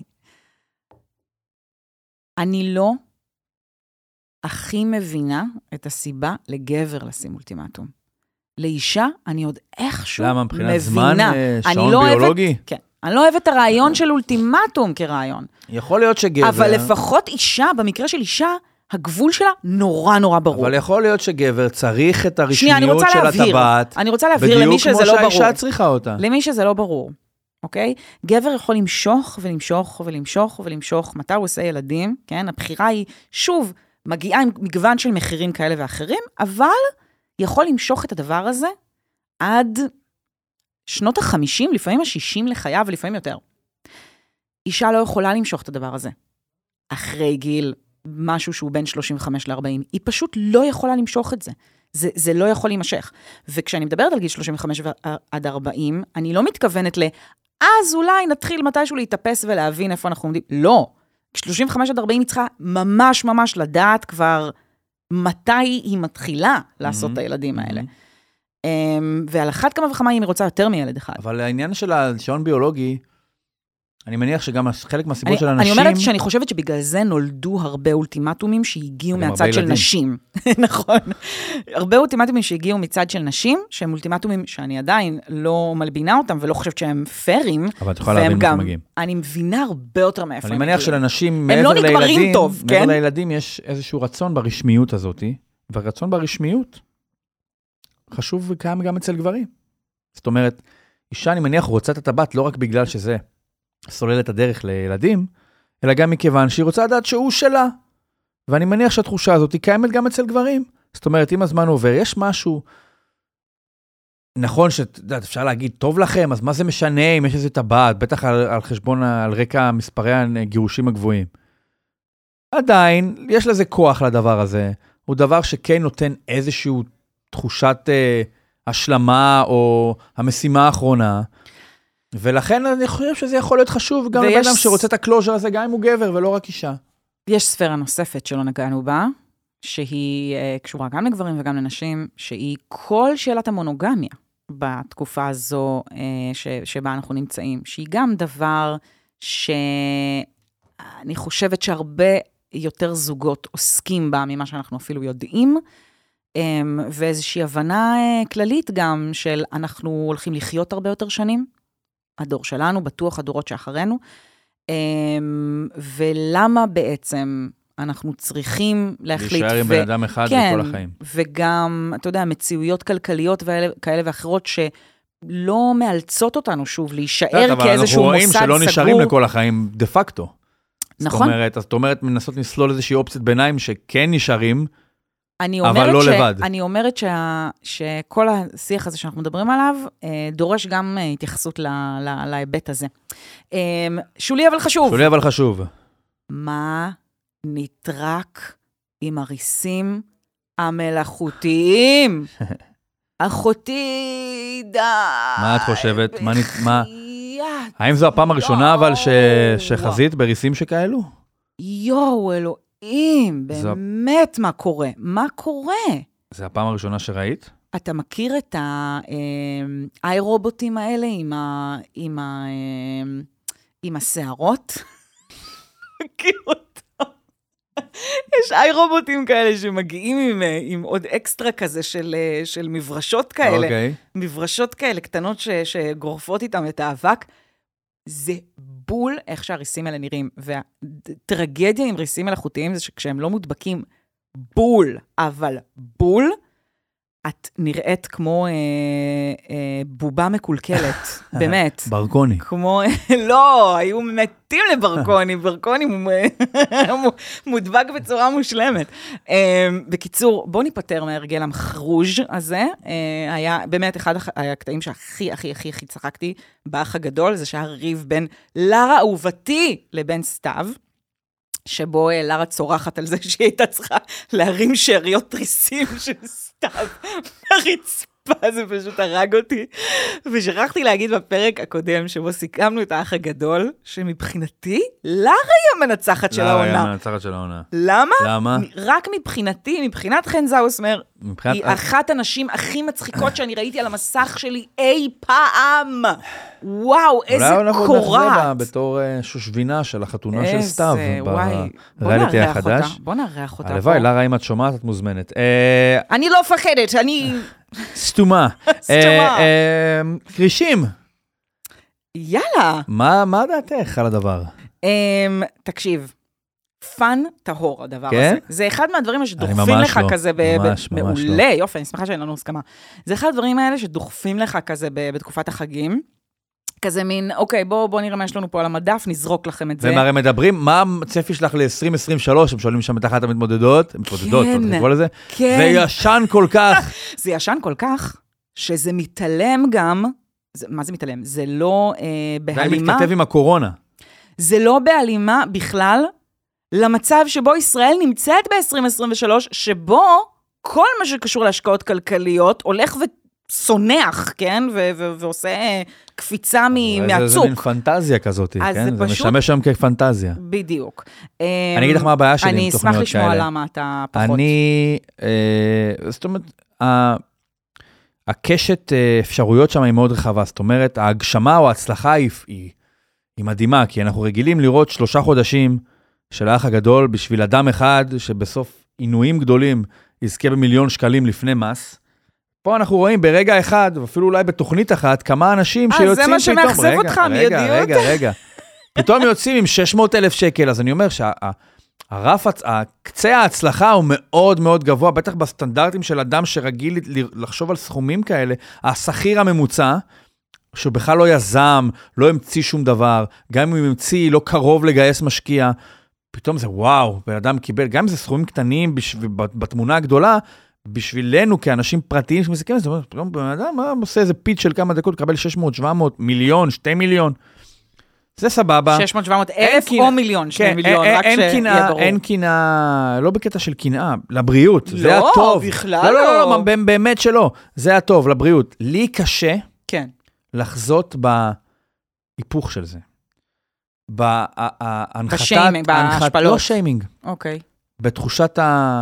Speaker 2: אני לא הכי מבינה את הסיבה לגבר לשים אולטימטום. לאישה, אני עוד איכשהו מבינה.
Speaker 1: למה? מבחינת זמן, שעון
Speaker 2: לא
Speaker 1: ביולוגי?
Speaker 2: אוהבת, כן. אני לא אוהבת את הרעיון של אולטימטום כרעיון.
Speaker 1: יכול להיות שגבר...
Speaker 2: אבל לפחות אישה, במקרה של אישה, הגבול שלה נורא נורא ברור.
Speaker 1: אבל יכול להיות שגבר צריך את הרשמיות של הטבעת.
Speaker 2: אני רוצה להבהיר למי שזה לא ברור.
Speaker 1: בדיוק כמו שהאישה צריכה אותה.
Speaker 2: למי שזה לא ברור, אוקיי? גבר יכול למשוך ולמשוך ולמשוך ולמשוך. מתי הוא עושה ילדים, כן? הבחירה היא, שוב, מגיעה עם מגוון של מחירים כאלה ואחרים, אבל יכול למשוך את הדבר הזה עד... שנות החמישים, לפעמים השישים לחייו, ולפעמים יותר. אישה לא יכולה למשוך את הדבר הזה. אחרי גיל, משהו שהוא בין שלושים וחמש לארבעים, היא פשוט לא יכולה למשוך את זה. זה, זה לא יכול להימשך. וכשאני מדברת על גיל שלושים וחמש עד ארבעים, אני לא מתכוונת ל, אז אולי נתחיל מתישהו להתאפס ולהבין איפה אנחנו עומדים. לא. שלושים וחמש עד ארבעים היא צריכה ממש ממש לדעת כבר מתי היא מתחילה לעשות mm-hmm. את הילדים האלה. Mm-hmm. ועל אחת כמה וכמה היא רוצה יותר מילד אחד.
Speaker 1: אבל העניין של השעון ביולוגי, אני מניח שגם חלק מהסיבות של
Speaker 2: אני
Speaker 1: אנשים...
Speaker 2: אומרת שאני חושבת שבגלל זה נולדו הרבה אולטימטומים שהגיעו מהצד של נשים. נכון. הרבה אולטימטומים שהגיעו מצד של נשים, שהם אולטימטומים שאני עדיין לא מלבינה אותם, ולא חושבת שהם פיירים.
Speaker 1: אבל את יכולה להבין מאיפה מגיעים.
Speaker 2: אני מבינה הרבה יותר מאיפה
Speaker 1: הם מגיעים. אני מניח שלנשים, מעבר לילדים, מעבר לילדים, יש איזשהו רצון ברשמיות הזאת, והרצון ברשמיות חשוב וקיים גם אצל גברים. זאת אומרת, אישה, אני מניח, רוצה את הטבעת לא רק בגלל שזה סולל את הדרך לילדים, אלא גם מכיוון שהיא רוצה לדעת שהוא שלה. ואני מניח שהתחושה הזאת היא קיימת גם אצל גברים. זאת אומרת, אם הזמן עובר, יש משהו, נכון שאפשר להגיד, טוב לכם, אז מה זה משנה אם יש איזה טבעת, בטח על, על חשבון, על רקע מספרי הגירושים הגבוהים. עדיין, יש לזה כוח לדבר הזה. הוא דבר שכן נותן איזושהי תחושת אה, השלמה, או המשימה האחרונה, ולכן אני חושב שזה יכול להיות חשוב, גם לבן אדם שרוצה את הקלוז'ר הזה, גם אם הוא גבר ולא רק אישה.
Speaker 2: יש ספירה נוספת שלא נגענו בה, שהיא uh, קשורה גם לגברים וגם לנשים, שהיא כל שאלת המונוגמיה בתקופה הזו uh, ש, שבה אנחנו נמצאים, שהיא גם דבר שאני חושבת שהרבה יותר זוגות עוסקים בה ממה שאנחנו אפילו יודעים, um, ואיזושהי הבנה uh, כללית גם של אנחנו הולכים לחיות הרבה יותר שנים, הדור שלנו, בטוח הדורות שאחרינו, ולמה בעצם אנחנו צריכים להחליט...
Speaker 1: להישאר עם בן אדם אחד בכל החיים.
Speaker 2: וגם, אתה יודע, מציאויות כלכליות כאלה ואחרות שלא מאלצות אותנו שוב להישאר כאיזשהו מוסד סגור.
Speaker 1: אבל אנחנו רואים שלא נשארים לכל החיים דה פקטו.
Speaker 2: נכון.
Speaker 1: זאת אומרת, זאת אומרת, מנסות לסלול איזושהי אופציית ביניים שכן נשארים,
Speaker 2: אבל לא לבד. אני אומרת שה, שכל השיח הזה שאנחנו מדברים עליו, דורש גם התייחסות להיבט הזה. שולי אבל חשוב.
Speaker 1: שולי אבל חשוב.
Speaker 2: מה נטרק עם הריסים המלאכותיים? אחותי, די.
Speaker 1: מה את חושבת? מה, מה... האם זו הפעם הראשונה אבל ש, שחזית בריסים שכאלו?
Speaker 2: יואו, אלוהים, באמת מה קורה? מה קורה?
Speaker 1: זה הפעם הראשונה שראית?
Speaker 2: אתה מכיר את האי-רובוטים האלה עם, ה, עם, ה, עם השערות? מכיר אותם. יש איי-רובוטים כאלה שמגיעים עם, עם עוד אקסטרה כזה של, של מברשות כאלה.
Speaker 1: אוקיי.
Speaker 2: מברשות כאלה קטנות ש, שגורפות איתם את האבק. זה בול איך שהריסים האלה נראים. והטרגדיה עם ריסים מלאכותיים זה שכשהם לא מודבקים בול, אבל בול, את נראית כמו אה, אה, בובה מקולקלת, באמת.
Speaker 1: ברקוני.
Speaker 2: כמו, לא, היו מתים לברקוני, ברקוני מודבק בצורה מושלמת. אה, בקיצור, בוא ניפטר מהרגל המחרוז' הזה, אה, היה באמת אחד הקטעים שהכי, הכי, הכי, הכי צחקתי באח הגדול, זה שהיה ריב בין לרה אהובתי לבין סתיו, שבו לרה צורחת על זה שהיא הייתה צריכה להרים שאריות תריסים של סתיו מהרצפה, זה פשוט הרג אותי. ושכחתי להגיד בפרק הקודם, שבו סיכמנו את האח הגדול, שמבחינתי, לרה היא המנצחת של העונה.
Speaker 1: לרה היא המנצחת של העונה.
Speaker 2: למה?
Speaker 1: למה?
Speaker 2: רק מבחינתי, מבחינת חן זאוסמר, מבחינת... היא אחת הנשים הכי מצחיקות שאני ראיתי על המסך שלי אי פעם. וואו, איזה קורעת. אולי אנחנו נחזר
Speaker 1: בתור שושבינה של החתונה של סתיו.
Speaker 2: וואי, בוא נארח אותה. בוא נארח אותה.
Speaker 1: הלוואי, לרה, אם את שומעת, את מוזמנת.
Speaker 2: אני לא מפחדת, אני...
Speaker 1: סתומה.
Speaker 2: סתומה.
Speaker 1: קרישים.
Speaker 2: יאללה.
Speaker 1: מה דעתך על הדבר?
Speaker 2: תקשיב. פן טהור הדבר הזה. זה אחד מהדברים שדוחפים לך כזה, מעולה, יופי, אני שמחה שאין לנו הסכמה. זה אחד הדברים האלה שדוחפים לך כזה בתקופת החגים, כזה מין, אוקיי, בואו נראה מה יש לנו פה על המדף, נזרוק לכם את זה.
Speaker 1: והם הרי מדברים, מה הצפי שלך ל-עשרים עשרים ושלוש, הם שואלים שם את אחת המתמודדות, מתמודדות, תקראו לזה, זה ישן כל כך.
Speaker 2: זה ישן כל כך, שזה מתעלם גם, מה זה מתעלם? זה לא בהלימה.
Speaker 1: זה מתכתב עם הקורונה.
Speaker 2: זה לא בהלימה בכלל, למצב שבו ישראל נמצאת ב-עשרים עשרים ושלוש, שבו כל מה שקשור להשקעות כלכליות הולך וצונח, כן? ו- ו- ועושה קפיצה מהצוק.
Speaker 1: זה מין פנטזיה כזאת, כן? זה משמש שם כפנטזיה.
Speaker 2: בדיוק.
Speaker 1: אני אגיד לך מה הבעיה שלי עם תוכניות כאלה.
Speaker 2: אני אשמח לשמוע למה אתה פחות.
Speaker 1: אני, זאת אומרת, הקשת אפשרויות שם היא מאוד רחבה, זאת אומרת, ההגשמה או ההצלחה היא היא מדהימה, כי אנחנו רגילים לראות שלושה חודשים של האח הגדול, בשביל אדם אחד, שבסוף עינויים גדולים, יזכה במיליון שקלים לפני מס. פה אנחנו רואים ברגע אחד, ואפילו אולי בתוכנית אחת, כמה אנשים שיוצאים פתאום.
Speaker 2: אה, זה מה שמאכזב אותך, מיידיות.
Speaker 1: רגע, רגע, רגע. פתאום יוצאים עם שש מאות אלף שקל, אז אני אומר שהרף, קצה ההצלחה הוא מאוד מאוד גבוה, בטח בסטנדרטים של אדם שרגיל לחשוב על סכומים כאלה, השכיר הממוצע, שהוא בכלל לא יזם, לא המציא שום דבר, גם אם הוא המציא, לא קרוב לגייס משקיע, פתאום זה וואו, בן אדם קיבל, גם אם זה סכומים קטנים בתמונה הגדולה, בשבילנו כאנשים פרטיים שמסתכלים על זה, פתאום בן אדם עושה איזה פיץ של כמה דקות, קבל שש מאות, שבע מאות, מיליון, שתי מיליון, זה סבבה.
Speaker 2: שש מאות, שבע מאות אלף או מיליון, שני מיליון, רק שיהיה ברור.
Speaker 1: אין קנאה, לא בקטע של קנאה, לבריאות, זה הטוב.
Speaker 2: לא, בכלל
Speaker 1: לא. לא, לא, באמת שלא, זה הטוב, לבריאות. לי קשה
Speaker 2: כן.
Speaker 1: לחזות בהיפוך של זה.
Speaker 2: בשיימינג, בהשפלות.
Speaker 1: לא שיימינג.
Speaker 2: אוקיי.
Speaker 1: בתחושת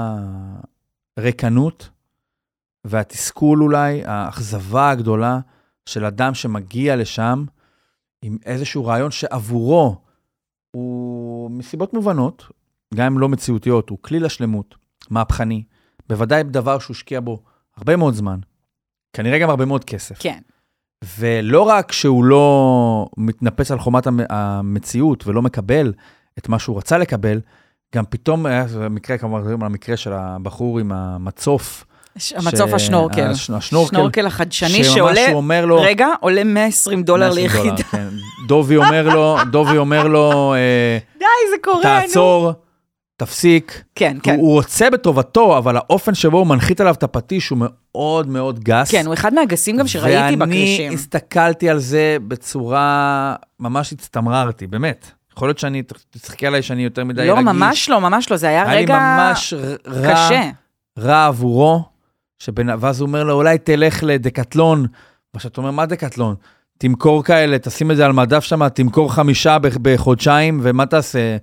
Speaker 1: הריקנות והתסכול אולי, האכזבה הגדולה של אדם שמגיע לשם, עם איזשהו רעיון שעבורו הוא מסיבות מובנות, גם אם לא מציאותיות, הוא כליל השלמות, מהפכני, בוודאי דבר שהוא השקיע בו הרבה מאוד זמן, כנראה גם הרבה מאוד כסף.
Speaker 2: כן. על
Speaker 1: רק שהוא לא מתנפץ על חומת המציאות ולא מקבל את מה שהוא רצה לקבל, גם פתאום היה מקרה, כמובן, המקרה של הבחור עם המצוף,
Speaker 2: המצוף השנורקל, השנורקל החדשני שעולה,
Speaker 1: לו,
Speaker 2: רגע, עולה מאה ועשרים דולר ליחידה.
Speaker 1: כן. דובי אומר לו, דובי אומר לו,
Speaker 2: די, זה קורה,
Speaker 1: תעצור, תפסיק.
Speaker 2: כן, כן.
Speaker 1: הוא רוצה בטובתו, אבל האופן שבו הוא מנחית עליו את הפטיש הוא מאוד מאוד גס.
Speaker 2: כן, הוא אחד מהגסים גם שראיתי בקרישים.
Speaker 1: ואני הסתכלתי על זה בצורה, ממש הצטמררתי, באמת. יכול להיות שאני, תצחקי עליי שאני יותר מדי רגיש.
Speaker 2: לא, ממש לא, ממש לא, זה היה רגע
Speaker 1: ממש
Speaker 2: קשה.
Speaker 1: רע עבורו, ואז הוא אומר לו, אולי תלך לדקטלון, ושאתה אומר, מה דקטלון? תמכור כאלה, תשים את זה על מדף שם, תמכור חמישה בחודשיים, ומה תעשה?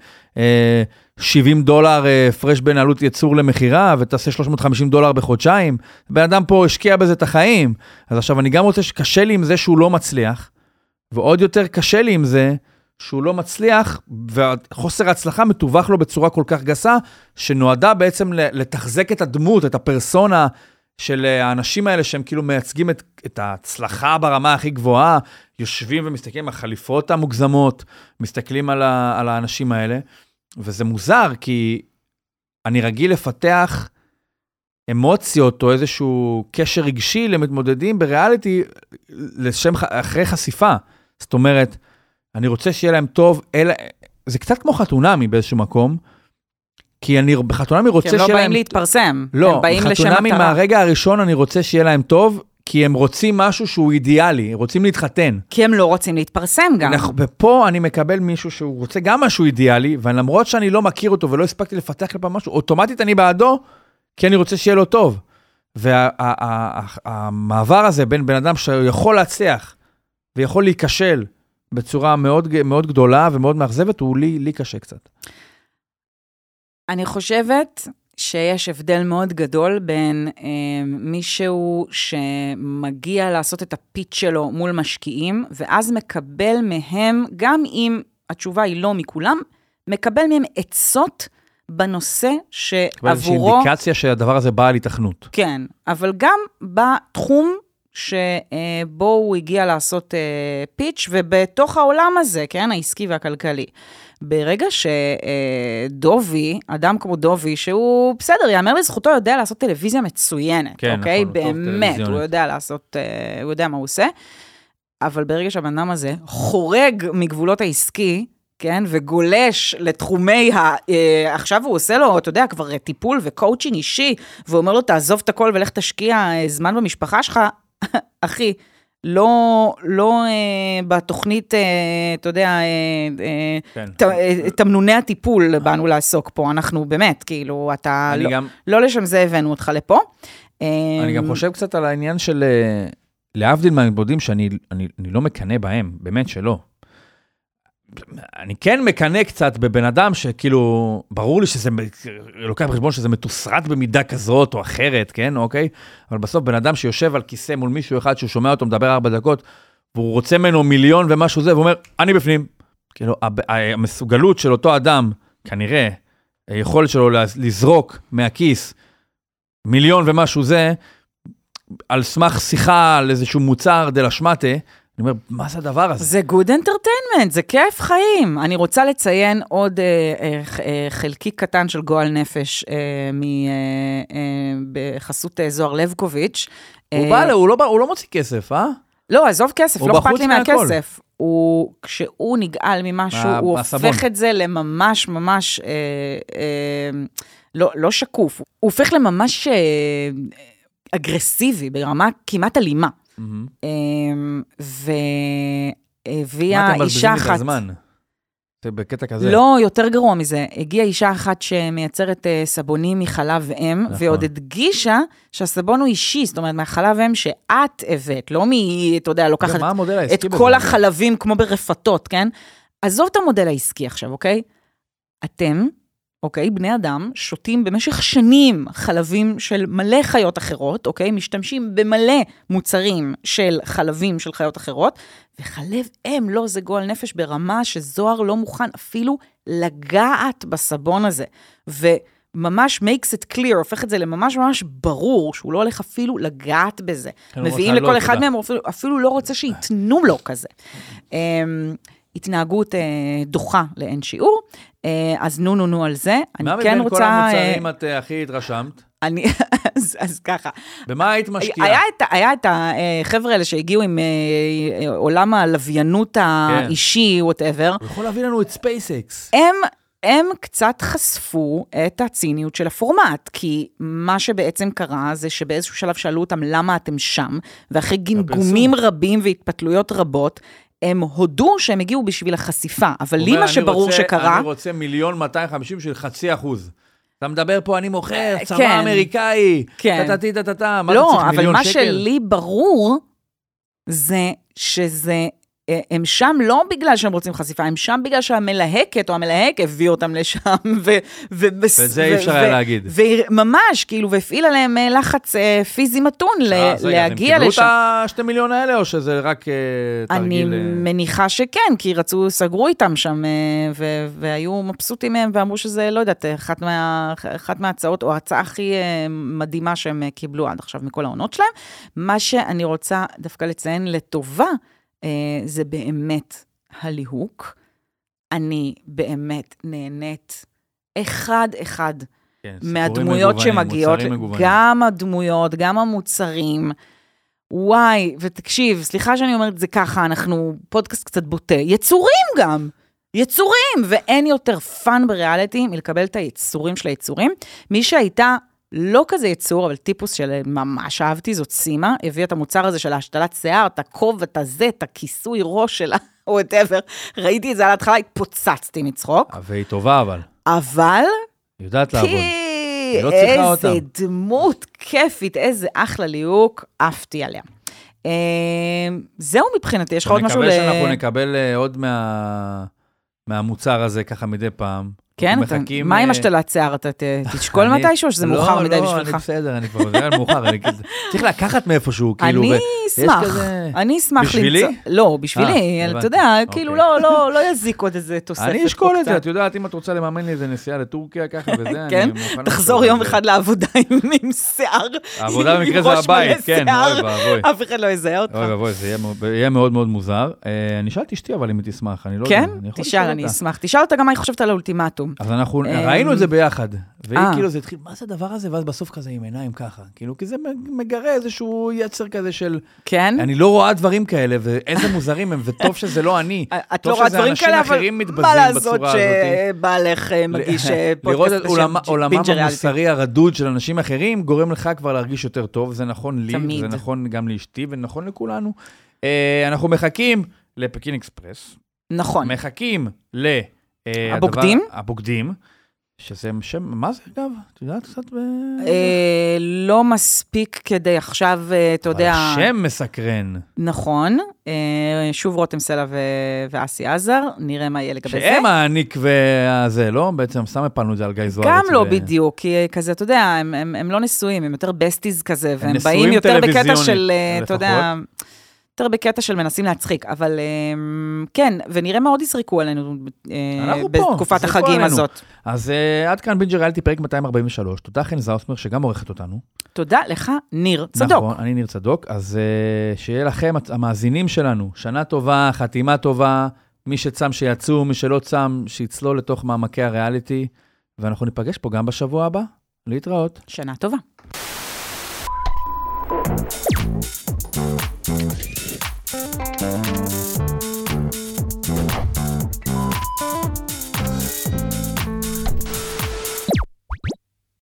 Speaker 1: שבעים דולר פרש בין עלות ייצור למחירה, ותעשה שלוש מאות וחמישים דולר בחודשיים. בן אדם פה השקיע בזה את החיים. אז עכשיו אני גם רוצה שקשה לי עם זה שהוא לא מצליח, ועוד יותר קשה לי עם זה שהוא לא מצליח, וחוסר ההצלחה מתווך לו בצורה כל כך גסה, שנועדה בעצם לתחזק את הדמות, את הפרסונה של האנשים האלה, שהם כאילו מייצגים את, את ההצלחה ברמה הכי גבוהה, יושבים ומסתכלים על החליפות המוגזמות, מסתכלים על, ה, על האנשים האלה, וזה מוזר, כי אני רגיל לפתח אמוציות, או איזשהו קשר רגשי למתמודדים בריאליטי, לשם אחרי חשיפה. זאת אומרת, אני רוצה שיהיה להם טוב, אלא, זה קצת כמו חתונמי באיזשהו מקום, כי אני בחתונמי רוצה שיהיה להם...
Speaker 2: כי הם לא באים להתפרסם,
Speaker 1: לא,
Speaker 2: הם באים לשם מטרה.
Speaker 1: בחתונמי מהרגע הראשון אני רוצה שיהיה להם טוב, כי הם רוצים משהו שהוא אידיאלי, הם רוצים להתחתן.
Speaker 2: כי הם לא רוצים להתפרסם גם.
Speaker 1: ופה אני מקבל מישהו שהוא רוצה גם משהו אידיאלי, ולמרות שאני לא מכיר אותו ולא הספקתי לפתח כלפי משהו, אוטומטית אני בעדו, כי אני רוצה שיהיה לו טוב. והמעבר הזה בין בן אדם שיכול להצליח, ויכול להיכשל בצורה מאוד, מאוד גדולה ומאוד מאכזבת, הוא לי, לי קשה קצת.
Speaker 2: אני חושבת שיש הבדל מאוד גדול בין אה, מישהו שמגיע לעשות את הפיץ שלו מול משקיעים, ואז מקבל מהם, גם אם התשובה היא לא מכולם, מקבל מהם עצות בנושא שעבורו...
Speaker 1: איזושהי אינדיקציה שהדבר הזה בא על התכנות.
Speaker 2: כן, אבל גם בתחום שבו הוא הגיע לעשות אה, פיץ', ובתוך העולם הזה, כן, העסקי והכלכלי. ברגע שדובי, אדם כמו דובי, שהוא בסדר, יאמר לזכותו, יודע לעשות טלוויזיה מצוינת,
Speaker 1: כן,
Speaker 2: אוקיי?
Speaker 1: נכון,
Speaker 2: באמת, הוא יודע לעשות, הוא יודע מה הוא עושה, אבל ברגע שהבן אדם הזה חורג מגבולות העסקי, כן, וגולש לתחומי, ה, אה, עכשיו הוא עושה לו, אתה יודע, כבר טיפול וקואוצ'ין אישי, ואומר לו, תעזוב את הכל ולך תשקיע זמן במשפחה שלך, אחי, לא, לא אה, בתוכנית, אה, אתה יודע, אה, כן. ת, אה, תמנוני הטיפול באנו לעסוק פה, אנחנו באמת, כאילו, אתה, לא, גם, לא לשם זה הבאנו אותך לפה.
Speaker 1: אני גם חושב קצת על העניין של, להבדיל מהמתמודדים שאני אני, אני לא מקנה בהם, באמת שלא. אני כן מקנה קצת בבן אדם שכאילו, ברור לי שזה, לוקח בחשבון שזה מתוסרט במידה כזאת או אחרת, כן, אוקיי? אבל בסוף בן אדם שיושב על כיסא מול מישהו אחד שהוא שומע אותו מדבר ארבע דקות, והוא רוצה ממנו מיליון ומשהו זה, והוא אומר, אני בפנים, כאילו, המסוגלות של אותו אדם, כנראה, היכולת שלו לזרוק מהכיס מיליון ומשהו זה, על סמך שיחה על איזשהו מוצר דלה שמטה, אני אומר, מה זה הדבר הזה?
Speaker 2: זה good entertainment, זה כיף חיים. אני רוצה לציין עוד אה, אה, אה, חלקיק קטן של גועל נפש אה, מ, אה, אה, בחסות אה, זוהר לבקוביץ'.
Speaker 1: הוא אה, בא, הוא לא, הוא לא מוציא כסף, אה?
Speaker 2: לא, עזוב כסף, לא אכפת לי מהכסף.
Speaker 1: הכל.
Speaker 2: הוא, כשהוא נגעל ממשהו, מה, הוא הסבון. הופך את זה לממש ממש, אה, אה, לא, לא שקוף, הוא הופך לממש אה, אגרסיבי, ברמה כמעט אלימה. Mm-hmm. והביאה אישה אחת,
Speaker 1: זה בקטע כזה.
Speaker 2: לא, יותר גרוע מזה, הגיעה אישה אחת שמייצרת סבונים מחלב אם, נכון. ועוד הדגישה שהסבון הוא אישי, זאת אומרת, מהחלב אם שאת הבאת, לא מי, אתה יודע, לוקחת את כל החלבים כמו ברפתות, כן? עזוב את המודל העסקי עכשיו, אוקיי? אתם, אוקיי, בני אדם, שותים במשך שנים חלבים של מלא חיות אחרות, אוקיי? משתמשים במלא מוצרים של חלבים של חיות אחרות, וחלב אם לא, זה גועל נפש ברמה שזוהר לא מוכן אפילו לגעת בסבון הזה. וממש makes it clear, הופך את זה לממש ממש ברור, שהוא לא הולך אפילו לגעת בזה. מביאים לכל אחד מהם, אפילו, אפילו לא רוצה שיתנו לו כזה. התנהגות דוחה לאין שיעור, אז נו נו נו על זה.
Speaker 1: מה מבין כל המוצרים את הכי התרשמת?
Speaker 2: אני, אז, אז ככה.
Speaker 1: במה היית משקיעה?
Speaker 2: היה את, היה את החבר'ה האלה שהגיעו עם עולם הלוויינות האישי, whatever.
Speaker 1: הוא יכול להביא לנו את SpaceX.
Speaker 2: הם, הם קצת חשפו את הציניות של הפורמט, כי מה שבעצם קרה זה שבאיזשהו שלב שאלו אותם למה אתם שם, ואחרי גמגומים רבים והתפתלויות רבות, הם הודו שהם הגיעו בשביל החשיפה, אבל לי מה שברור שקרה...
Speaker 1: אני רוצה מיליון מאתיים וחמישים של חצי אחוז. אתה מדבר פה, אני מוכר, צבא אמריקאי, טטטטטטטה, מה אתה צריך מיליון שקל?
Speaker 2: לא, אבל מה שלי ברור, זה שזה... הם שם לא בגלל שהם רוצים חשיפה, הם שם בגלל שהמלהקת או המלהק הביא אותם לשם,
Speaker 1: וזה אי אפשר היה להגיד.
Speaker 2: וממש, כאילו, והפעיל עליהם לחץ פיזי מתון להגיע לשם.
Speaker 1: הם קיבלו את השתי מיליון האלה, או שזה רק תרגיל?
Speaker 2: אני מניחה שכן, כי רצו, סגרו איתם שם, והיו מבסוטים מהם, ואמרו שזה, לא יודעת, אחת מההצעות, או ההצעה הכי מדהימה שהם קיבלו עד עכשיו מכל העונות שלהם. מה שאני רוצה דווקא לציין לטובה, זה באמת הליהוק. אני באמת נהנית אחד אחד כן, מהדמויות שמגיעות, גם הדמויות, גם המוצרים. וואי, ותקשיב, סליחה שאני אומרת את זה ככה, אנחנו פודקאסט קצת בוטה, יצורים גם, יצורים, ואין יותר פן בריאליטי מלקבל את היצורים של היצורים. מי שהייתה לא כזה יצור, אבל טיפוס של ממש אהבתי, זאת סימה, הביאה את המוצר הזה של ההשתלת שיער, את הכובע, את הזה, את הכיסוי ראש שלה, או whatever. ראיתי את זה על ההתחלה, התפוצצתי מצחוק.
Speaker 1: והיא טובה, אבל.
Speaker 2: אבל...
Speaker 1: יודעת לעבוד.
Speaker 2: היא לא צריכה אותם. איזה דמות כיפית, איזה אחלה ליהוק, עפתי עליה. זהו מבחינתי, יש לך עוד משהו ל...
Speaker 1: אני מקווה שאנחנו נקבל עוד מהמוצר הזה ככה מדי פעם.
Speaker 2: כן, מה עם השתלת שיער? אתה תשקול מתישהו, שזה מאוחר מדי בשבילך?
Speaker 1: לא, לא, אני בסדר, אני כבר יודע מאוחר, צריך לקחת מאיפשהו, כאילו,
Speaker 2: אני אשמח, אני אשמח למצוא.
Speaker 1: בשבילי?
Speaker 2: לא, בשבילי, אתה יודע, כאילו, לא יזיק עוד איזה תוספת.
Speaker 1: אני אשקול את זה, את יודעת, אם את רוצה לממן לי איזה נסיעה לטורקיה, ככה וזה, אני מוכן...
Speaker 2: תחזור יום אחד לעבודה עם שיער.
Speaker 1: העבודה במקרה זה הבית, כן, אוי ואבוי.
Speaker 2: אף אחד לא יזהה אותך.
Speaker 1: אוי ואבוי, זה יהיה מאוד מאוד מוזר. אני שאלתי אשתי, אבל אם היא תשמח, אני לא יודע.
Speaker 2: כן? תשאל, אני אשמח. תשאל אותה גם מה היא חושבת על האולטימטום.
Speaker 1: אז אנחנו ראינו את זה ביחד, והיא כאילו זה התחיל, מה זה הדבר הזה? ואז בסוף כזה עם עיניים ככה, כאילו, כי זה מגרה איזשהו יצר כזה של,
Speaker 2: כן?
Speaker 1: אני לא רואה דברים כאלה, ואיזה מוזרים הם, וטוב שזה לא אני, טוב שזה אנשים אחרים מתבזים בצורה הזאת.
Speaker 2: מה לעשות שבעלך מגיש
Speaker 1: פודקאסט לשם עולמם המוסרי הרדוד של אנשים אחרים, גורם לך כבר להרגיש יותר טוב, זה נכון לי, זה נכון גם לאשתי, ונכון לכולנו. אנחנו מחכים לפקין אקספרס.
Speaker 2: נכון.
Speaker 1: מחכים ל...
Speaker 2: הבוגדים?
Speaker 1: הבוגדים, שזה שם, מה זה אגב? את יודעת קצת ב...
Speaker 2: לא מספיק כדי עכשיו, אתה יודע...
Speaker 1: שם מסקרן.
Speaker 2: נכון, שוב רותם סלע ואסי עזר, נראה מה יהיה לגבי זה.
Speaker 1: שהם העניק והזה, לא? בעצם סתם הפלנו את זה על גיא זוארץ.
Speaker 2: גם לא בדיוק, כי כזה, אתה יודע, הם לא נשואים, הם יותר בסטיז כזה, והם באים יותר בקטע של, אתה יודע... יותר בקטע של מנסים להצחיק, אבל כן, ונראה מה עוד יסריקו עלינו בתקופת החגים הזאת.
Speaker 1: אז עד כאן בינג' ריאליטי פרק מאתיים ארבעים ושלוש, תודה חן זאוסמר שגם עורכת אותנו.
Speaker 2: תודה לך, ניר צדוק.
Speaker 1: נכון, אני ניר צדוק, אז שיהיה לכם, המאזינים שלנו, שנה טובה, חתימה טובה, מי שצם שיצאו, מי שלא צם, שיצלול לתוך מעמקי הריאליטי, ואנחנו ניפגש פה גם בשבוע הבא. להתראות.
Speaker 2: שנה טובה. Thank you.